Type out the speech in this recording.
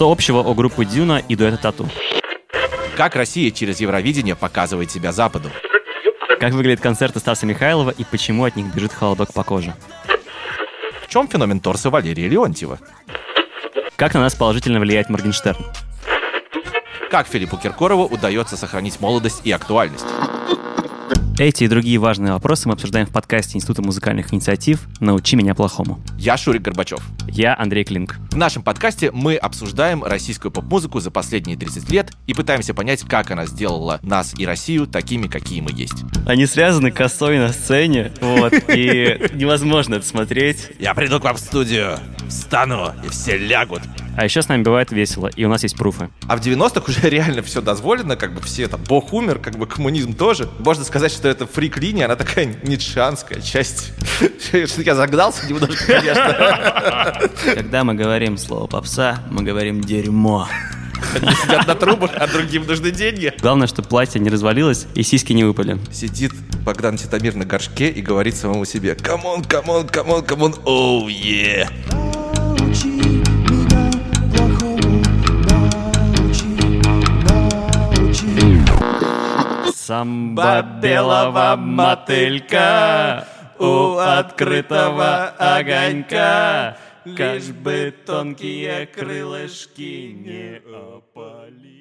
Что общего у группы Дюна и дуэта Тату? Как Россия через Евровидение показывает себя Западу? Как выглядят концерты Стаса Михайлова и почему от них бежит холодок по коже? В чем феномен торса Валерия Леонтьева? Как на нас положительно влияет Моргенштерн? Как Филиппу Киркорову удается сохранить молодость и актуальность? Эти и другие важные вопросы мы обсуждаем в подкасте Института музыкальных инициатив «Научи меня плохому». Я Шурик Горбачев. Я Андрей Клинк. В нашем подкасте мы обсуждаем российскую поп-музыку за последние 30 лет и пытаемся понять, как она сделала нас и Россию такими, какие мы есть. Они связаны косой на сцене, и невозможно это смотреть. Я приду к вам в студию, встану, и все лягут. А еще с нами бывает весело, и у нас есть пруфы. А в 90-х уже реально все дозволено, все там, Бог умер, коммунизм тоже. Можно сказать, что это фрик-линия, она такая ницшеанская часть. Я загнался немножко, конечно. Когда мы говорим слово попса, мы говорим дерьмо. Они сидят на трубах, а другим нужны деньги. Главное, чтобы платье не развалилось и сиськи не выпали. Сидит Богдан Титомир на горшке и говорит самому себе: камон, камон, камон, камон, оу, е. Самба белого мотылька у открытого огонька, лишь бы тонкие крылышки не опали.